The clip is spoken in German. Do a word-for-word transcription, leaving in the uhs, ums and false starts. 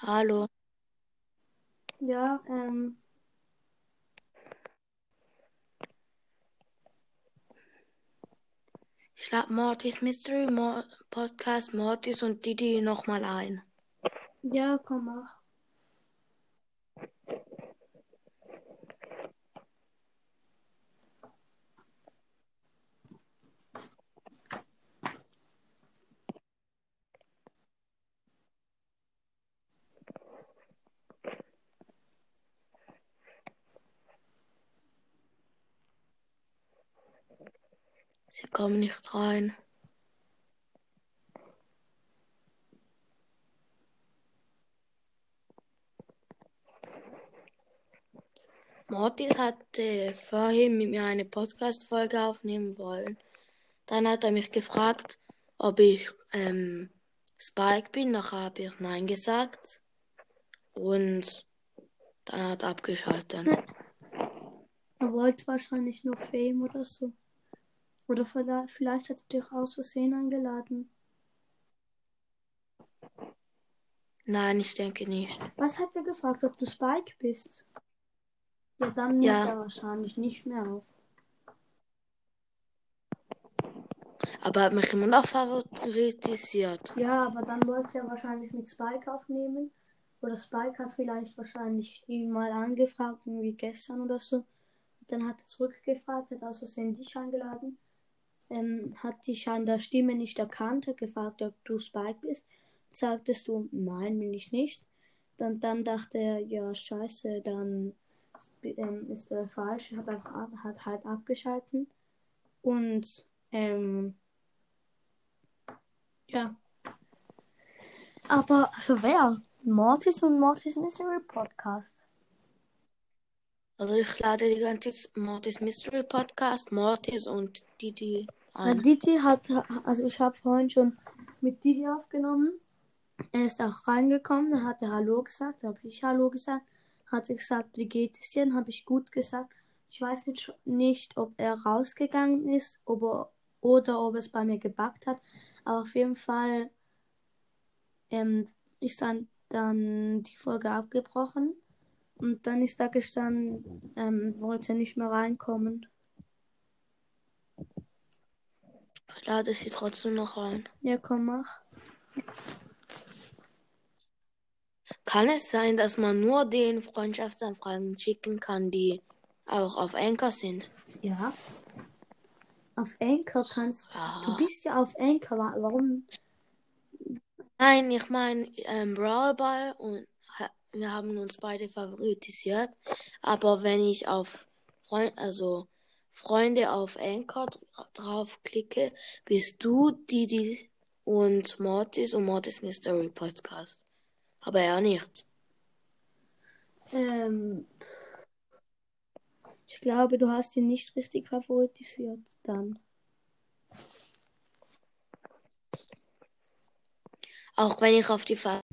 Hallo. Ja, ähm, Ich lade Mortis Mystery Mo- Podcast, Mortis und Didi nochmal ein. ja, komm, mach. Sie kommen nicht rein. Mortis hatte vorhin mit mir eine Podcast-Folge aufnehmen wollen. Dann hat er mich gefragt, ob ich ähm, Spike bin. Nachher habe ich Nein gesagt. Und dann hat er abgeschaltet. Er wollte wahrscheinlich nur Fame oder so. Oder vielleicht, vielleicht hat er dich aus Versehen eingeladen. Nein, ich denke nicht. Was hat er gefragt, ob du Spike bist? Ja, dann nimmt Ja, er wahrscheinlich nicht mehr auf. aber er hat mich immer noch favoritisiert. Ja, aber dann wollte er wahrscheinlich mit Spike aufnehmen. Oder Spike hat vielleicht wahrscheinlich ihn mal angefragt, wie gestern oder so. Und dann hat er zurückgefragt, hat aus Versehen dich eingeladen. Ähm, hat dich an der Stimme nicht erkannt, hat gefragt, ob du Spike bist. Sagtest du, nein, bin ich nicht. Dann, dann dachte er, ja, scheiße, dann ähm, ist er falsch, hat, einfach, ab- hat halt abgeschalten. Und, ähm, ja. Aber, also wer? Mortis und Mortis Mystery Podcast. Also ich lade die ganze Zeit Mortis Mystery Podcast, Mortis und Didi Na, ein. Didi hat, also ich habe vorhin schon mit Didi aufgenommen. Er ist auch reingekommen, dann hat er Hallo gesagt, habe ich Hallo gesagt, hat er gesagt, wie geht es dir? Dann habe ich gut gesagt. Ich weiß nicht, nicht, ob er rausgegangen ist ob er, oder ob es bei mir gebackt hat, aber auf jeden Fall ähm, ist dann, dann die Folge abgebrochen und dann ist da gestanden, ähm, wollte nicht mehr reinkommen. Ich lade sie trotzdem noch ein. Ja, komm, mach. Kann es sein, dass man nur den Freundschaftsanfragen schicken kann, die auch auf Anchor sind? Ja. Auf Anchor kannst du. Aha. Bist ja auf Anchor. Warum? Nein, ich meine ähm, Brawl Ball und ha- wir haben uns beide favoritisiert. Aber wenn ich auf Freund, also Freunde auf Anchor dra- draufklicke, bist du Didi und Mortis und Mortis Mystery Podcast. Aber er nicht. Ähm, ich glaube, du hast ihn nicht richtig favoritisiert dann. Auch wenn ich auf die Fa